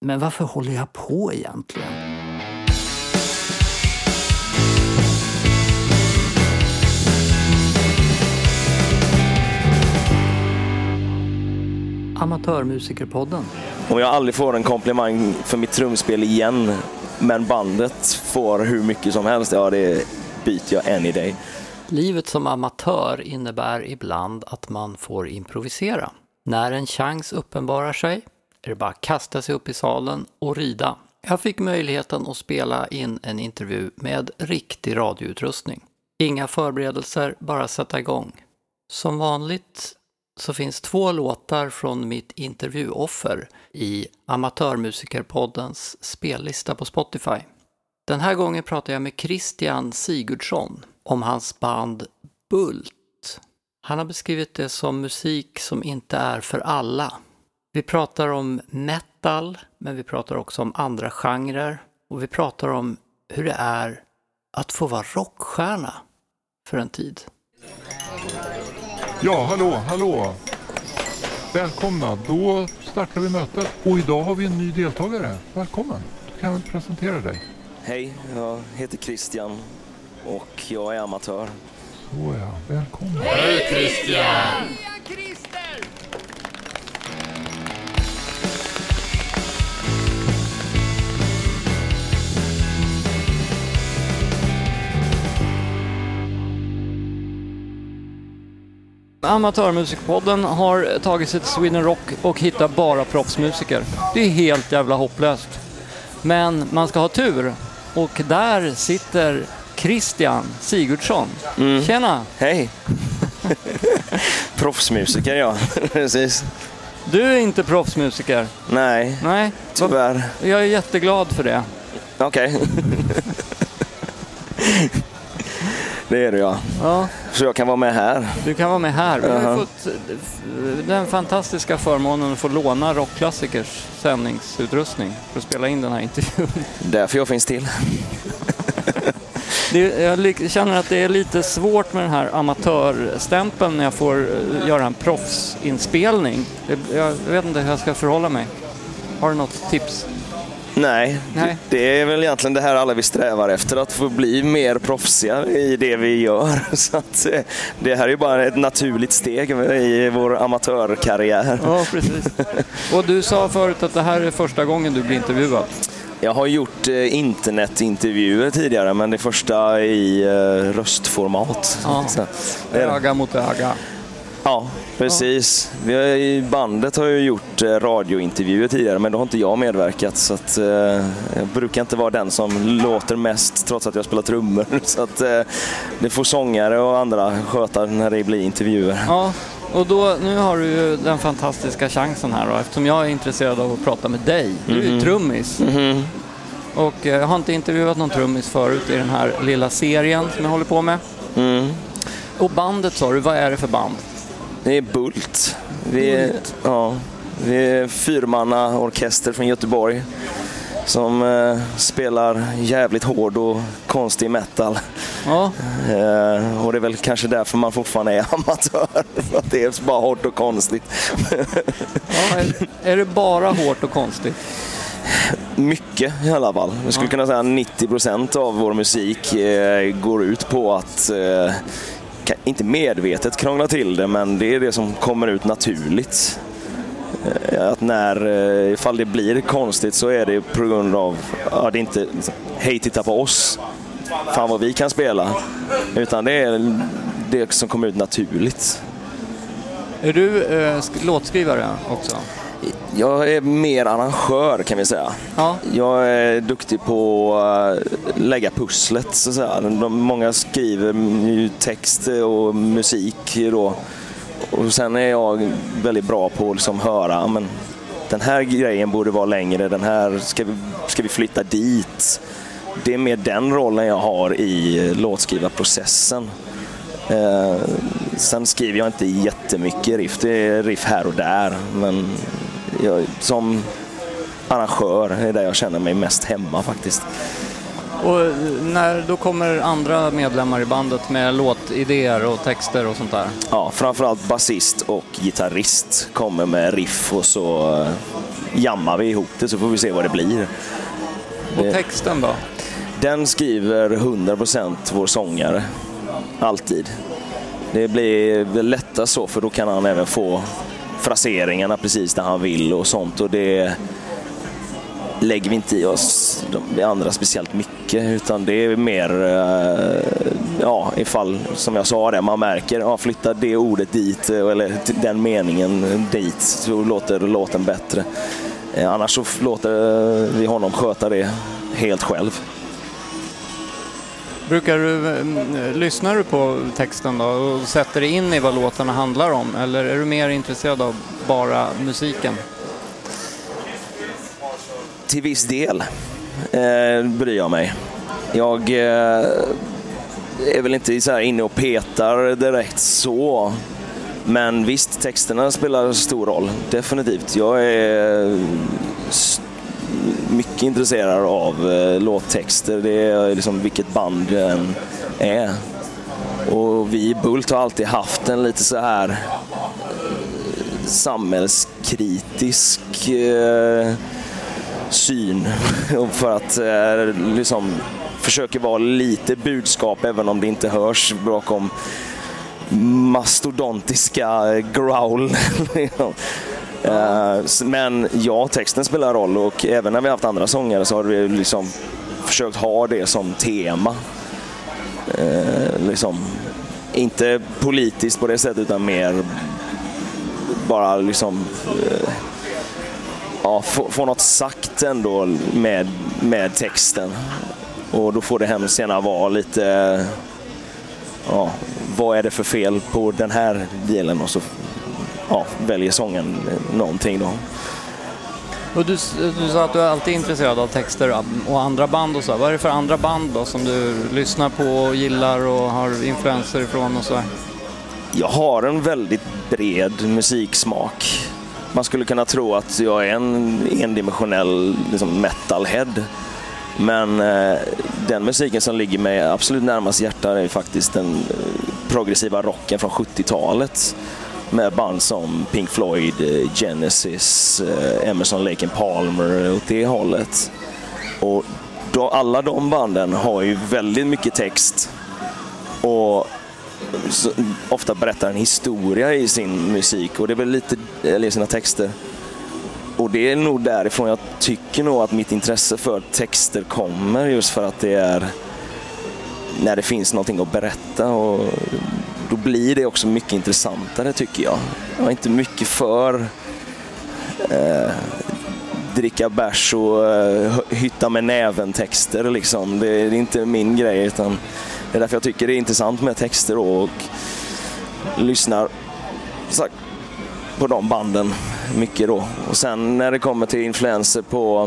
Men varför håller jag på egentligen? Amatörmusikerpodden. Om jag aldrig får en komplimang för mitt trumspel igen, men bandet får hur mycket som helst, ja, det byter jag any day. Livet som amatör innebär ibland att man får improvisera. När en chans uppenbarar sig är det bara att kasta sig upp i salen och rida. Jag fick möjligheten att spela in en intervju med riktig radioutrustning. Inga förberedelser, bara sätta igång. Som vanligt så finns 2 låtar från mitt intervjuoffer i Amatörmusikerpoddens spellista på Spotify. Den här gången pratar jag med Christian Sigurdsson om hans band Bult. Han har beskrivit det som musik som inte är för alla. Vi pratar om metal, men vi pratar också om andra genrer. Och vi pratar om hur det är att få vara rockstjärna för en tid. Ja, hallå. Välkomna, då startar vi mötet. Och idag har vi en ny deltagare. Välkommen, du kan väl presentera dig. Hej, jag heter Christian och jag är amatör. Så ja, välkommen. Hej Christian! Amatörmusikpodden har tagit sig till Sweden Rock och hittat bara proffsmusiker. Det är helt jävla hopplöst. Men man ska ha tur. Och där sitter Christian Sigurdsson. Tjena! Hej! Proffsmusiker, ja. Precis. Du är inte proffsmusiker. Nej, tyvärr. Jag är jätteglad för det. Okej. Det är det, ja. Så jag kan vara med här. Du kan vara med här. Vi har fått den fantastiska förmånen att få låna rockklassikers sändningsutrustning för att spela in den här intervjun. Därför jag finns till. Jag känner att det är lite svårt med den här amatörstämpeln när jag får göra en proffsinspelning. Jag vet inte hur jag ska förhålla mig. Har du något tips? Nej, det är väl egentligen det här alla vi strävar efter, att få bli mer proffsiga i det vi gör. Så att det här är ju bara ett naturligt steg i vår amatörkarriär. Ja, precis. Och du sa förut att det här är första gången du blir intervjuad. Jag har gjort internetintervjuer tidigare, men det första i röstformat. Ja, öga mot öga. Ja, precis. Vi har, i bandet har jag gjort radiointervjuer tidigare, men då har inte jag medverkat. Så att, jag brukar inte vara den som låter mest trots att jag spelar trummor. Så att det får sångare och andra sköta när det blir intervjuer. Ja, och då, nu har du ju den fantastiska chansen här då, eftersom jag är intresserad av att prata med dig. Du är ju trummis. Och jag har inte intervjuat någon trummis förut i den här lilla serien som jag håller på med. Och bandet, sa du, vad är det för band? Det är Bult. Vi är 4-manna-orkester från Göteborg som spelar jävligt hård och konstig metal. Ja. Och det är väl kanske därför man fortfarande är amatör, för att det är bara hårt och konstigt. Ja, är det bara hårt och konstigt? Mycket i alla fall. Jag skulle kunna säga att 90% av vår musik går ut på att inte medvetet krångla till det, men det är det som kommer ut naturligt. Att ifall det blir konstigt så är det på grund av det är inte hej, titta på oss, fan vad vi kan spela, utan det är det som kommer ut naturligt. Är du låtskrivare också? Jag är mer arrangör, kan vi säga. Ja. Jag är duktig på att lägga pusslet, så att säga. Många skriver ju text och musik då. Och sen är jag väldigt bra på att liksom höra, men den här grejen borde vara längre, den här ska vi flytta dit. Det är mer den rollen jag har i låtskrivarprocessen. Sen skriver jag inte jättemycket riff, det är riff här och där, men som arrangör är där jag känner mig mest hemma faktiskt. Och när då kommer andra medlemmar i bandet med låtidéer och texter och sånt där? Ja, framförallt basist och gitarrist kommer med riff, och så jammar vi ihop det så får vi se vad det blir. Och texten då? Den skriver 100% vår sångare. Alltid. Det blir väl lättast så, för då kan han även få fraseringarna precis där han vill och sånt. Och det lägger vi inte i oss de andra speciellt mycket, utan det är mer ifall, som jag sa det, man märker, flytta det ordet dit eller den meningen dit, så låter låten bättre. Annars så låter vi honom sköta det helt själv. Lyssnar du på texten då och sätter dig in i vad låtarna handlar om, eller är du mer intresserad av bara musiken? Till viss del bryr jag mig. Jag är väl inte så här inne och petar direkt så. Men visst, texterna spelar stor roll. Definitivt. Jag är mycket intresserad av låttexter. Det är liksom vilket band det är. Och vi i Bult har alltid haft en lite så här samhällskritisk syn. För att liksom försöka vara lite budskap, även om det inte hörs bakom mastodontiska growl. Men ja, texten spelar roll, och även när vi har haft andra sångare så har vi liksom försökt ha det som tema. Liksom, inte politiskt på det sättet, utan mer bara liksom få något sagt ändå med texten. Och då får det hemskt gärna vara lite vad är det för fel på den här delen, och så väljer sången någonting då. Och du sa att du är alltid intresserad av texter och andra band och så. Vad är det för andra band då som du lyssnar på och gillar och har influenser ifrån och så? Jag har en väldigt bred musiksmak. Man skulle kunna tro att jag är en endimensionell liksom metalhead. Men den musiken som ligger mig absolut närmast hjärtat är faktiskt den progressiva rocken från 70-talet. Med band som Pink Floyd, Genesis, Emerson, Lake and Palmer åt det hållet. Och alla de banden har ju väldigt mycket text. Och ofta berättar en historia i sin musik, och det är väl lite, eller i sina texter. Och det är nog därifrån jag tycker nog att mitt intresse för texter kommer, just för att det är när det finns någonting att berätta, och då blir det också mycket intressantare, tycker jag. Jag är inte mycket för dricka bärs och hytta med näven texter liksom. Det är inte min grej, utan det är därför jag tycker det är intressant med texter och lyssnar på de banden mycket då. Och sen när det kommer till influenser på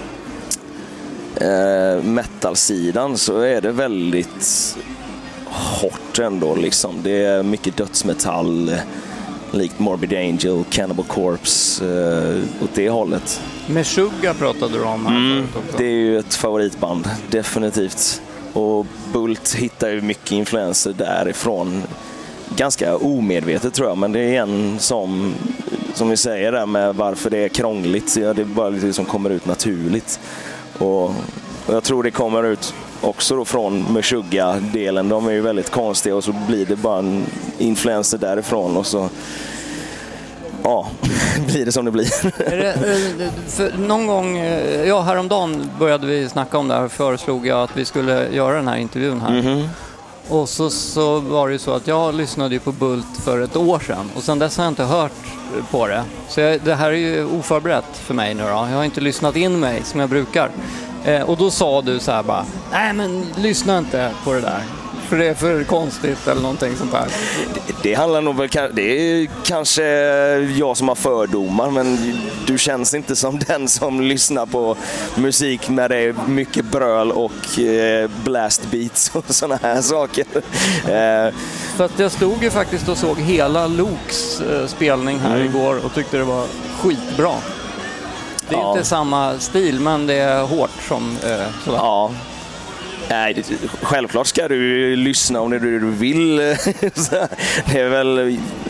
metal-sidan så är det väldigt hårt ändå liksom. Det är mycket dödsmetall, likt Morbid Angel, Cannibal Corpse, åt det hållet. Meshuggah pratade du om här förut också. Det är ju ett favoritband, definitivt. Och Bult hittar ju mycket influenser därifrån. Ganska omedvetet tror jag, men det är en som vi säger där med varför det är krångligt. Ja, det är bara lite som kommer ut naturligt. Och jag tror det kommer ut också då från Meshuggah-delen. De är ju väldigt konstiga, och så blir det bara en influenser därifrån, och så blir det som det blir. För någon gång, häromdagen började vi snacka om det här och föreslog jag att vi skulle göra den här intervjun här. Mm-hmm. Och så var det ju så att jag lyssnade ju på Bult för ett år sedan, och sen dess har jag inte hört på det. Så det här är ju oförberett för mig nu då. Jag har inte lyssnat in mig som jag brukar. Och då sa du så här bara, nej men lyssna inte på det där, för det är för konstigt eller någonting sånt där. Det handlar nog väl, det är kanske jag som har fördomar, men du känns inte som den som lyssnar på musik med det är mycket bröl och blast beats och såna här saker. För att jag stod ju faktiskt och såg hela Loks spelning här igår och tyckte det var skitbra. Det är inte samma stil, men det är hårt som sådär. Ja. Nej, självklart ska du lyssna om det du vill. Det är väl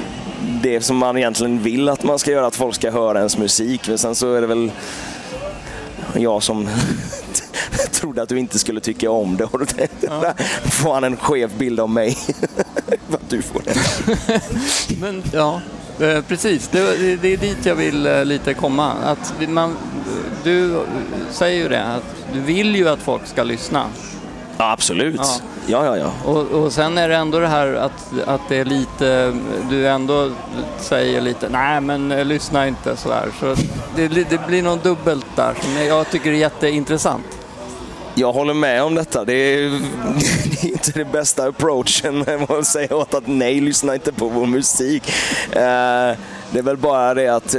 det som man egentligen vill att man ska göra, att folk ska höra ens musik. Men sen så är det väl jag som trodde att du inte skulle tycka om det. Och då får han en skev bild av mig. Vad du får det. Men ja, precis. Det är dit jag vill lite komma. Att du säger ju det, att du vill ju att folk ska lyssna. Ja, absolut. Ja. Och sen är det ändå det här att det är lite, du ändå säger lite, nej men lyssna inte sådär. Så det blir något dubbelt där som jag tycker är jätteintressant. Jag håller med om detta. Det är inte det bästa approachen. Man säger åt att nej, lyssna inte på vår musik. Det är väl bara det att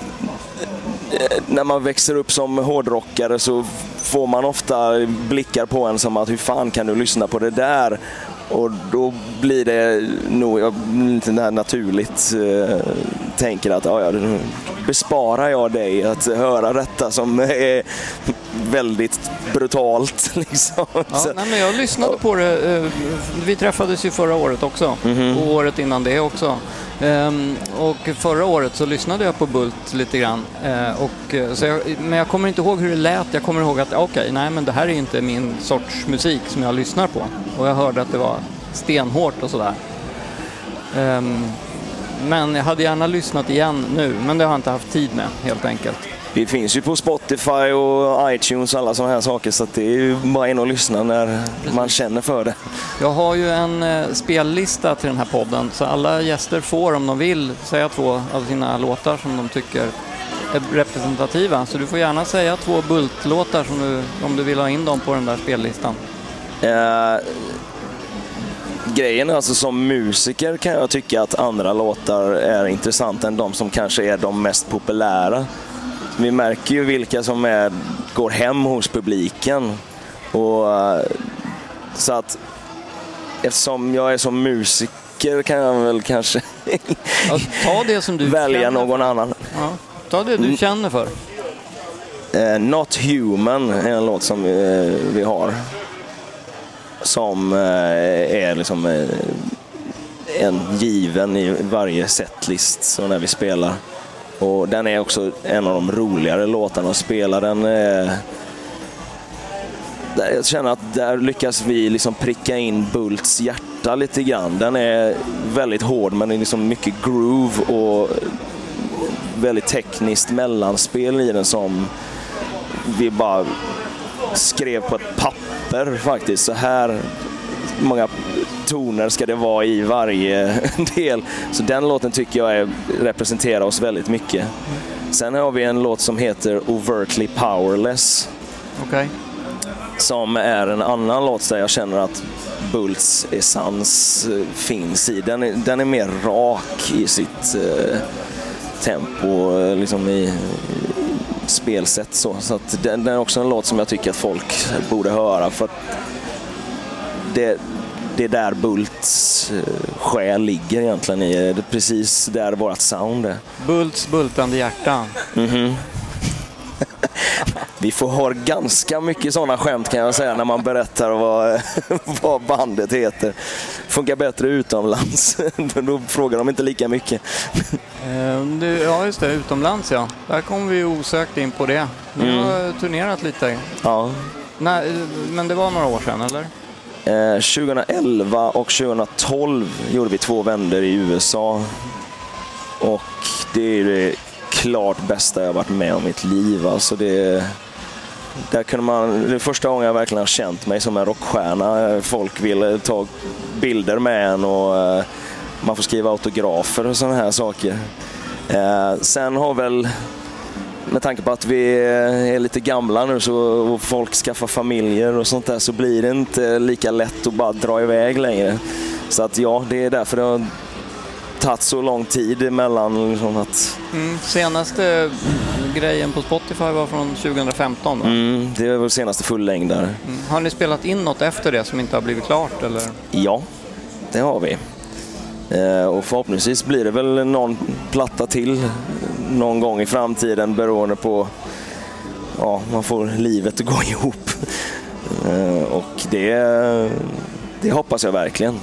när man växer upp som hårdrockare så får man ofta blickar på en som att hur fan kan du lyssna på det där? Och då blir det nog lite naturligt tänker att då besparar jag dig att höra detta som är väldigt brutalt liksom. Ja, nej, men jag lyssnade på det. Vi träffades ju förra året också och året innan det också. Och förra året så lyssnade jag på Bult lite grann. Men jag kommer inte ihåg hur det lät. Jag kommer ihåg att men det här är inte min sorts musik som jag lyssnar på. Och jag hörde att det var stenhårt och sådär. Men jag hade gärna lyssnat igen nu, men det har jag inte haft tid med helt enkelt. Vi finns ju på Spotify och iTunes och alla sådana här saker, så att det är ju bara in och lyssna när man känner för det. Jag har ju en spellista till den här podden, så alla gäster får, om de vill, säga 2 av sina låtar som de tycker är representativa. Så du får gärna säga 2 Bult-låtar om du vill ha in dem på den där spellistan. Grejen är alltså, som musiker kan jag tycka att andra låtar är intressanta än de som kanske är de mest populära. Vi märker ju vilka som går hem hos publiken. Och så att eftersom jag är som musiker kan jag väl kanske ta det som du välja någon annan. Ja, ta det du känner för. Not Human är en låt som vi har. Som är liksom en given i varje setlist så när vi spelar. Och den är också en av de roligare låtarna att spela. Jag känner att där lyckas vi liksom pricka in Bults hjärta lite grann. Den är väldigt hård, men det är liksom mycket groove och väldigt tekniskt mellanspel i den som vi bara skrev på ett papper faktiskt. Så här många toner ska det vara i varje del. Så den låten tycker jag representerar oss väldigt mycket. Sen har vi en låt som heter Overtly Powerless. Okay. Som är en annan låt där jag känner att Bults essens finns i. Den är mer rak i sitt tempo, liksom i spelsätt så att den är också en låt som jag tycker att folk borde höra, för att det är där Bults själ ligger egentligen i. Det är precis där vårt sound är. Bults bultande hjärta. Vi får ha ganska mycket sådana skämt kan jag säga när man berättar vad bandet heter. Funkar bättre utomlands. Då frågar de inte lika mycket. Ja just det, utomlands ja. Där kommer vi osökt in på det. Vi har turnerat lite. Ja. Nej, men det var några år sedan eller? 2011 och 2012 gjorde vi 2 vändor i USA. Och det är det klart bästa jag varit med om mitt liv. Alltså det är första gången jag verkligen har känt mig som en rockstjärna. Folk vill ta bilder med en och man får skriva autografer och sådana här saker. Sen har väl, med tanke på att vi är lite gamla nu och folk skaffar familjer och sånt där, så blir det inte lika lätt att bara dra iväg längre. Så att ja, det är därför det har tagit så lång tid emellan liksom att... Senaste grejen på Spotify var från 2015 va? Det är vår senaste fullängd där. Har ni spelat in något efter det som inte har blivit klart eller? Ja, det har vi. Och förhoppningsvis blir det väl någon platta till någon gång i framtiden, beroende på man får livet att gå ihop. Och det hoppas jag verkligen.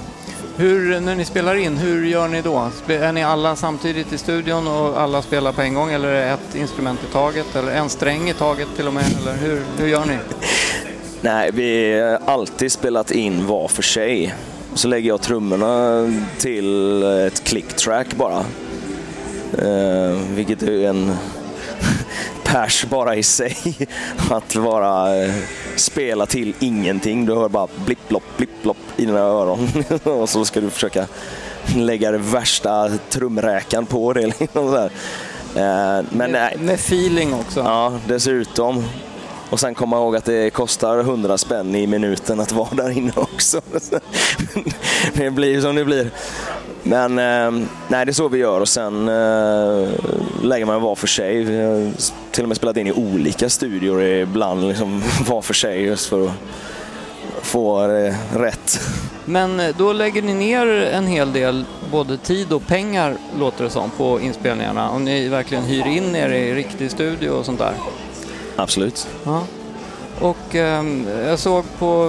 När ni spelar in, hur gör ni då? Är ni alla samtidigt i studion och alla spelar på en gång, eller är det ett instrument i taget eller en sträng i taget till och med, eller hur gör ni? Nej, vi har alltid spelat in var för sig. Så lägger jag trummorna till ett click-track bara. Vilket är en pers bara i sig. Att bara spela till ingenting. Du hör bara blipp-blopp i dina öron. Och så ska du försöka lägga det värsta trumräkan på det. Men nej. Med feeling också. Ja, dessutom. Och sen komma ihåg att det kostar 100 spänn i minuten att vara där inne också. Det blir som det blir. Men nej, det är så vi gör. Och sen lägger man var för sig. Vi har till och med spelat in i olika studior ibland liksom var för sig, just för att få rätt. Men då lägger ni ner en hel del både tid och pengar, låter det som, på inspelningarna. Om ni verkligen hyr in er i riktig studio och sånt där. Absolut. Ja. Och jag såg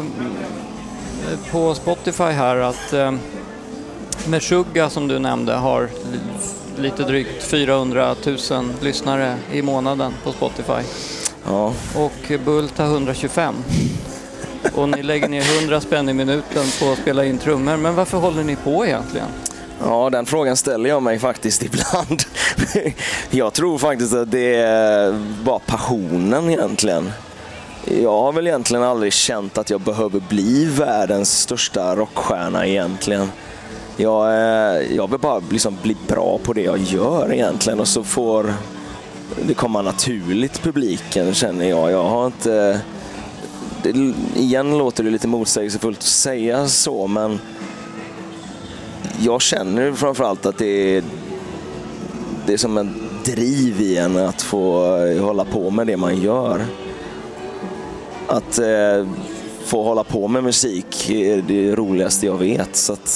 på Spotify här att Meshuggah, som du nämnde, har lite drygt 400 000 lyssnare i månaden på Spotify. Ja. Och Bult har 125. Och ni lägger ner 100 spänn i minuten på att spela in trummor. Men varför håller ni på egentligen? Ja, den frågan ställer jag mig faktiskt ibland. Jag tror faktiskt att det är bara passionen egentligen. Jag har väl egentligen aldrig känt att jag behöver bli världens största rockstjärna egentligen. Jag vill bara liksom bli bra på det jag gör egentligen, och så får det komma naturligt publiken, känner jag. Jag har inte... igen låter det lite motsägelsefullt att säga så, men jag känner framförallt att det är som en driv i en att få hålla på med det man gör. Att få hålla på med musik är det roligaste jag vet. Så att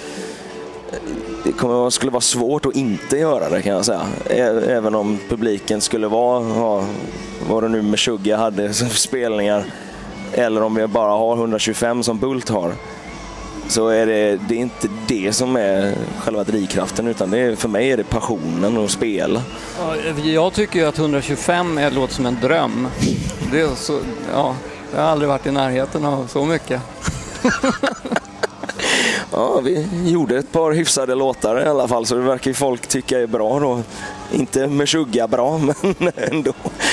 det skulle vara svårt att inte göra det, kan jag säga. Även om publiken skulle vara vad det nu Meshuggah hade som spelningar, eller om vi bara har 125 som Bult har, så är det är inte det som är själva drivkraften, utan för mig är det passionen att spela. Jag tycker ju att 125 låter som en dröm. Det är så, ja, jag har aldrig varit i närheten av så mycket. Ja, vi gjorde ett par hyfsade låtar i alla fall, så det verkar ju folk tycka är bra då. Inte Meshuggah bra, men ändå.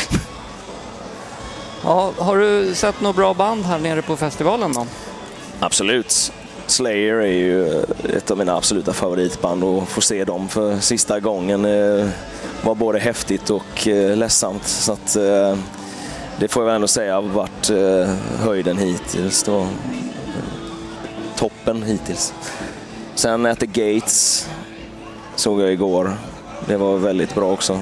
Ja, har du sett några bra band här nere på festivalen då? Absolut. Slayer är ju ett av mina absoluta favoritband, och få se dem för sista gången var både häftigt och ledsamt. Så att det får jag väl ändå säga har varit höjden hittills då. Toppen hittills. Sen At the Gates såg jag igår. Det var väldigt bra också.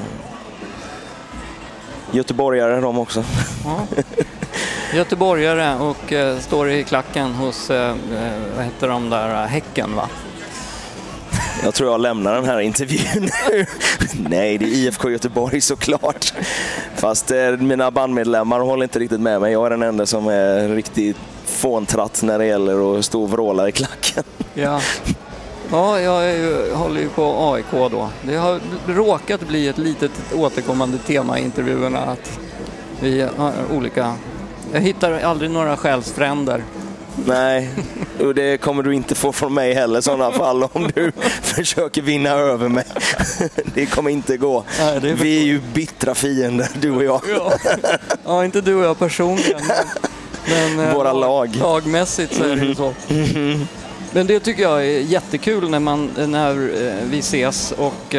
Göteborgare de också. Ja. Göteborgare och står i klacken hos, vad heter de där, Häcken, va? Jag tror jag lämnar den här intervjun nu. Nej, det är IFK Göteborg såklart. Fast mina bandmedlemmar håller inte riktigt med mig. Jag är den enda som är riktigt fåntratt när det gäller att stå och vråla i klacken. Ja. Ja, jag håller ju på AIK då. Det har råkat bli ett litet återkommande tema i intervjuerna att vi har olika... Jag hittar aldrig några själsfränder. Nej, och det kommer du inte få från mig heller i sådana fall om du försöker vinna över mig. Det kommer inte gå. Nej, vi är ju bittra fiender, du och jag. Ja, inte du och jag personligen. Men våra lag. Lagmässigt så är det ju så. Mm-hmm. Men det tycker jag är jättekul när vi ses och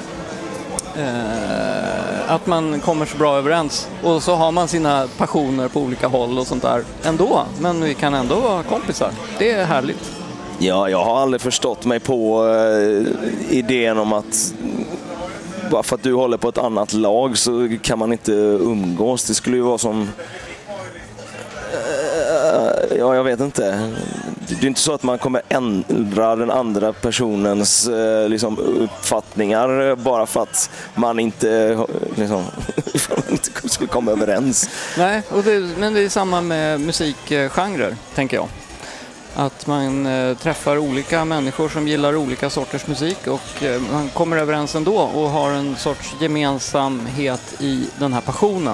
att man kommer så bra överens. Och så har man sina passioner på olika håll och sånt där ändå. Men vi kan ändå vara kompisar. Det är härligt. Ja, jag har aldrig förstått mig på idén om att bara för att du håller på ett annat lag så kan man inte umgås. Det skulle ju vara som... Ja, jag vet inte. Det är inte så att man kommer ändra den andra personens liksom, uppfattningar bara för att man inte, liksom, inte skulle komma överens. Nej, men det är samma med musikgenrer, tänker jag. Att man träffar olika människor som gillar olika sorters musik och man kommer överens ändå och har en sorts gemensamhet i den här passionen.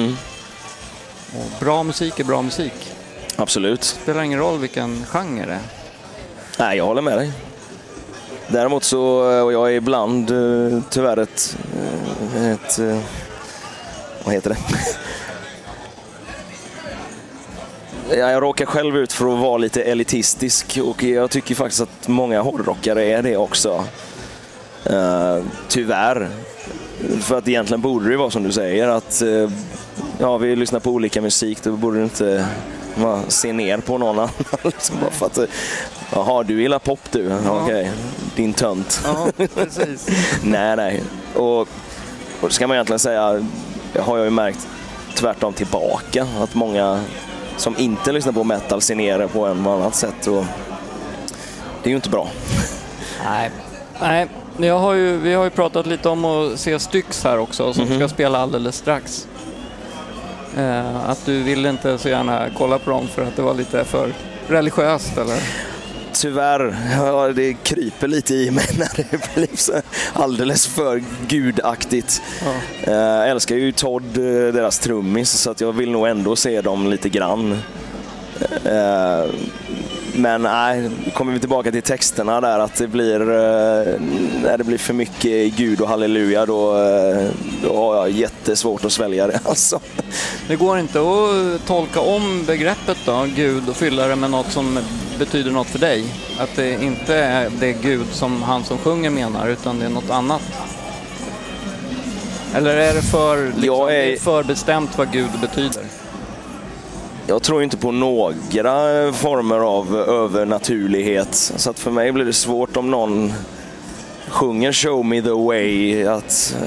Och bra musik är bra musik. Absolut. Spelar ingen roll vilken genre det är. Nej, jag håller med dig. Däremot så, och jag är ibland tyvärr ett vad heter det? Jag råkar själv ut för att vara lite elitistisk och jag tycker faktiskt att många hårdrockare är det också. Tyvärr. För att egentligen borde det vara som du säger att vi lyssnar på olika musik, då borde det inte se ner på någon annan. Bara för att, jaha, du gillar pop du. Okej, din tönt. Ja, precis. Nej. Och ska man egentligen säga, har jag ju märkt tvärtom tillbaka, att många som inte lyssnar på metal ser ner på en annat sätt, och det är ju inte bra. Nej. Vi har ju pratat lite om att se Styx här också, som ska spela alldeles strax. Att du vill inte så gärna kolla på dem för att det var lite för religiöst, eller? Tyvärr, det kryper lite i mig när det blir så alldeles för gudaktigt. Ja. Jag älskar ju Todd, deras trummis, så att jag vill nog ändå se dem lite grann. Men nej, kommer vi tillbaka till texterna där, att det blir när det blir för mycket Gud och halleluja, då har jag jättesvårt att svälja det alltså. Det går inte att tolka om begreppet då, Gud, och fylla det med något som betyder något för dig. Att det inte är det Gud som han som sjunger menar, utan det är något annat. Eller är det för bestämt vad Gud betyder? Jag tror inte på några former av övernaturlighet. Så att för mig blir det svårt om någon sjunger Show me the way. Att,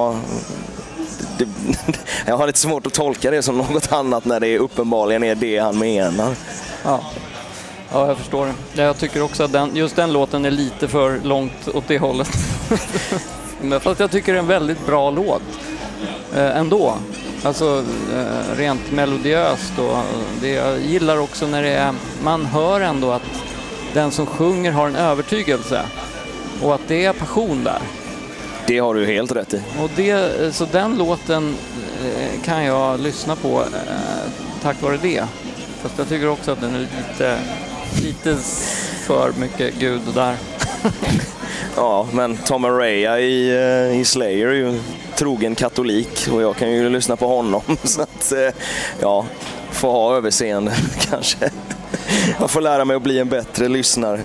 jag har lite svårt att tolka det som något annat när det uppenbarligen är det han menar. Ja, jag förstår det. Jag tycker också att just den låten är lite för långt åt det hållet. Men fast jag tycker det är en väldigt bra låt ändå. Alltså rent melodiöst, och det jag gillar också när det är, man hör ändå att den som sjunger har en övertygelse och att det är passion där. Det har du helt rätt i. Och så den låten kan jag lyssna på tack vare det. Fast jag tycker också att den är lite för mycket Gud där. Ja, men Tom Araya i Slayer är ju trogen katolik, och jag kan ju lyssna på honom, så att få ha överseende kanske. Jag får lära mig att bli en bättre lyssnare.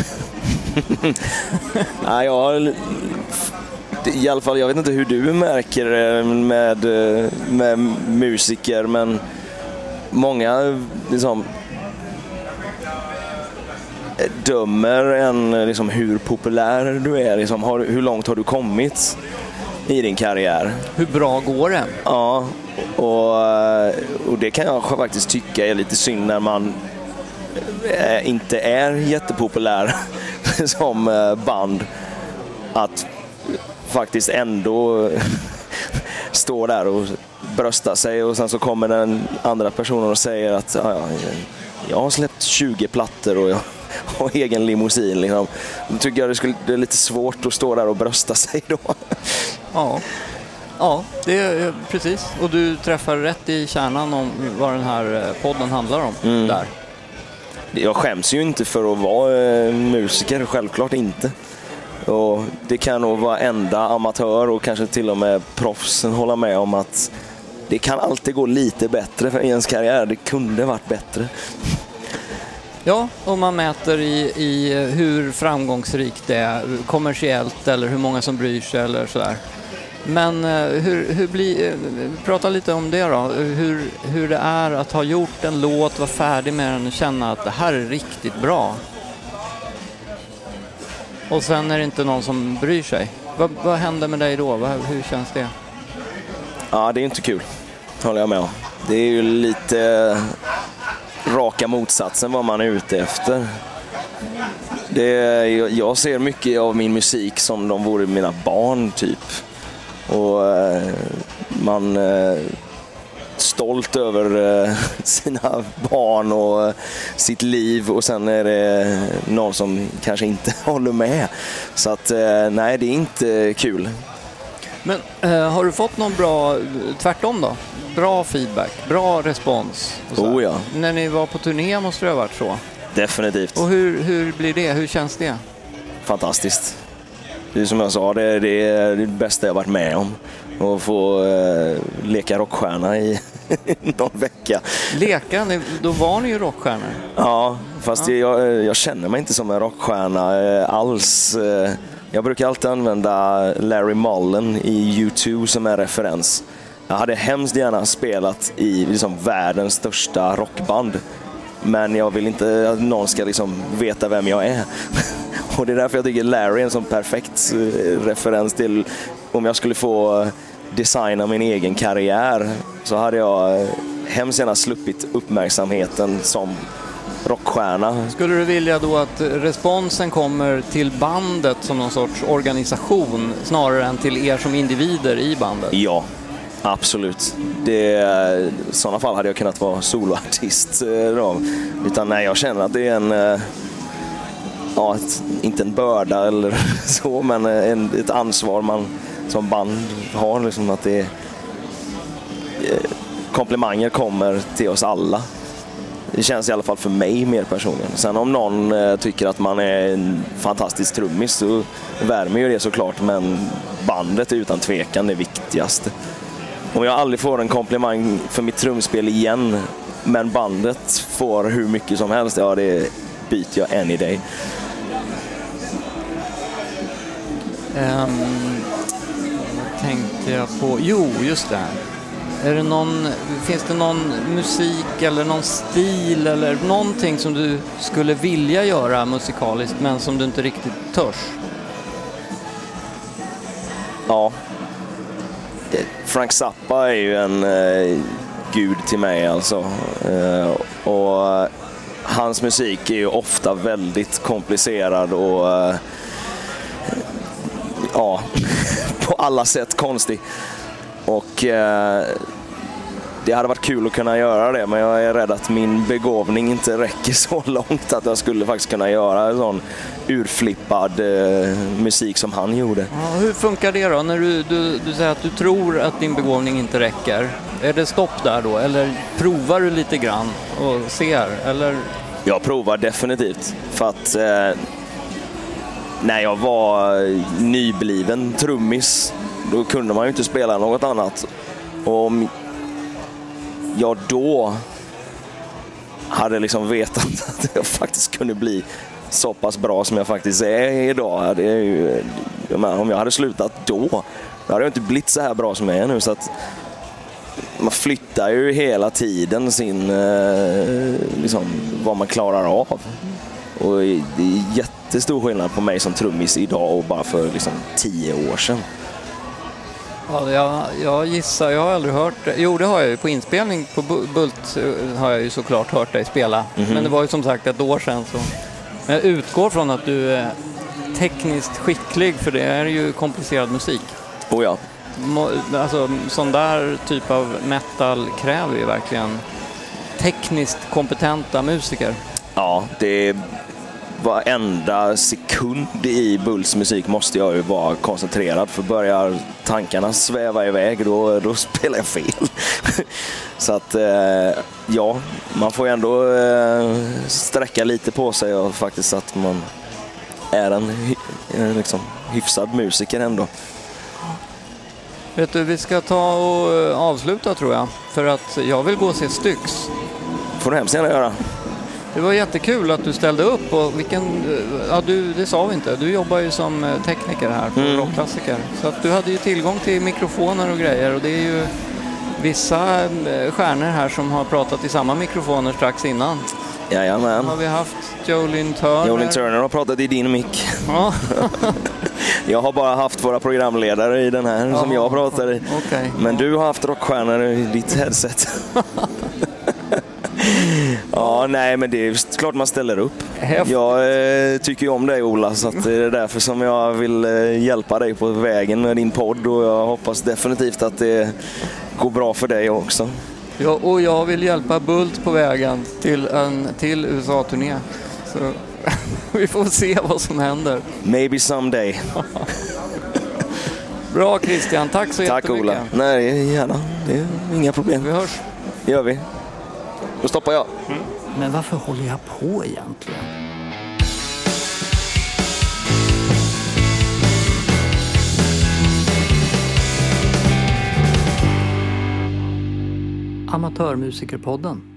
Nej, i alla fall, jag vet inte hur du märker med musiker, men många liksom dömer en liksom hur populär du är, liksom, hur långt har du kommit i din karriär. Hur bra går det? Ja, och det kan jag faktiskt tycka är lite synd när man inte är jättepopulär som band, att faktiskt ändå stå där och brösta sig, och sen så kommer den andra personen och säger att jag har släppt 20 plattor och jag har egen limousin liksom. Då tycker jag det är lite svårt att stå där och brösta sig då. Ja, det är precis. Och du träffar rätt i kärnan om vad den här podden handlar om där. Jag skäms ju inte för att vara musiker, självklart inte. Och det kan nog vara enda amatör och kanske till och med proffsen hålla med om att det kan alltid gå lite bättre för ens karriär. Det kunde varit bättre. Ja, om man mäter i hur framgångsrikt det är kommersiellt, eller hur många som bryr sig eller sådär. Men prata lite om det då. Hur det är att ha gjort en låt, vara färdig med den och känna att det här är riktigt bra. Och sen är det inte någon som bryr sig. Vad händer med dig då? Hur känns det? Ja, det är inte kul. Håller jag med om. Det är ju lite raka motsatsen vad man är ute efter. Jag ser mycket av min musik som de vore mina barn typ. Och man stolt över sina barn och sitt liv, och sen är det någon som kanske inte håller med. Så att nej, det är inte kul. Men har du fått någon bra, tvärtom då? Bra feedback, bra respons? Oh ja. När ni var på turné måste det ha varit så. Definitivt. Och hur blir det? Hur känns det? Fantastiskt. Det är som jag sa, det är det bästa jag varit med om. Att få leka rockstjärna i någon vecka. Leka? Då var ni ju rockstjärnor. Ja, fast jag känner mig inte som en rockstjärna alls. Jag brukar alltid använda Larry Mullen i U2 som en referens. Jag hade hemskt gärna spelat i liksom världens största rockband. Men jag vill inte att någon ska liksom veta vem jag är. Och det är därför jag tycker Larry är en sån perfekt referens till om jag skulle få designa min egen karriär, så hade jag hemskt gärna sluppit uppmärksamheten som rockstjärna. Skulle du vilja då att responsen kommer till bandet som någon sorts organisation snarare än till er som individer i bandet? Ja, absolut. I sådana fall hade jag kunnat vara soloartist då. Utan nej, jag känner att det är en inte en börda eller så, men ett ansvar man som band har, liksom, att det komplimanger kommer till oss alla. Det känns i alla fall för mig mer personligen. Sen om någon tycker att man är en fantastisk trummis, så värmer ju det såklart, men bandet är utan tvekan det viktigaste. Om jag aldrig får en komplimang för mitt trumspel igen, men bandet får hur mycket som helst, det byter jag any day. Tänkte jag på... Jo, just det här. Finns det någon musik eller någon stil eller någonting som du skulle vilja göra musikaliskt men som du inte riktigt törs? Ja. Frank Zappa är ju en gud till mig alltså. Och hans musik är ju ofta väldigt komplicerad och på alla sätt konstig. Och det hade varit kul att kunna göra det, men jag är rädd att min begåvning inte räcker så långt att jag skulle faktiskt kunna göra en sån urflippad musik som han gjorde. Ja, hur funkar det då? När du säger att du tror att din begåvning inte räcker, är det stopp där då? Eller provar du lite grann och ser? Eller? Jag provar definitivt, för att när jag var nybliven trummis, då kunde man ju inte spela något annat. Och om jag då hade liksom vetat att jag faktiskt kunde bli så pass bra som jag faktiskt är idag, det är ju, om jag hade slutat då hade jag inte blivit så här bra som jag är nu. Så att man flyttar ju hela tiden sin liksom, vad man klarar av. Och det är jättestor skillnad på mig som trummis idag och bara för liksom 10 år sedan. Ja, jag gissar, jag har aldrig hört det. Jo, det har jag ju på inspelning på Bult har jag ju såklart hört dig spela. Men det var ju som sagt ett år sedan. Så. Men jag utgår från att du är tekniskt skicklig, för det är ju komplicerad musik. Oh ja. Alltså, sån där typ av metal kräver ju verkligen tekniskt kompetenta musiker. Ja, det är varenda sekund i Bulls musik måste jag ju vara koncentrerad, för börjar tankarna sväva iväg då spelar jag fel. Så att ja, man får ju ändå sträcka lite på sig och faktiskt att man är en liksom hyfsad musiker ändå. Vet du, vi ska ta och avsluta tror jag, för att jag vill gå och se Styx. Får du hemskt gärna göra. Det var jättekul att du ställde upp, och det sa vi inte. Du jobbar ju som tekniker här på Rockklassiker. Så att du hade ju tillgång till mikrofoner och grejer, och det är ju vissa stjärnor här som har pratat i samma mikrofoner strax innan. Jajamän. Har vi haft Jolene Turner. Jolene Turner har pratat i din mick. Ja. Jag har bara haft våra programledare i den här som jag pratar i. Okay. Men du har haft rockstjärnor i ditt headset. Ja, nej, men det är klart man ställer upp. Häftigt. Jag tycker ju om dig, Ola, så att det är därför som jag vill hjälpa dig på vägen med din podd, och jag hoppas definitivt att det går bra för dig också. Ja, och jag vill hjälpa Bult på vägen till USA-turné. Så vi får se vad som händer. Maybe someday. Bra Christian, tack så Tack jättemycket. Ola. Nej, gärna. Det är inga problem. Vi hörs. Det gör vi. Då stoppar jag. Men varför håller jag på egentligen? Amatörmusikerpodden.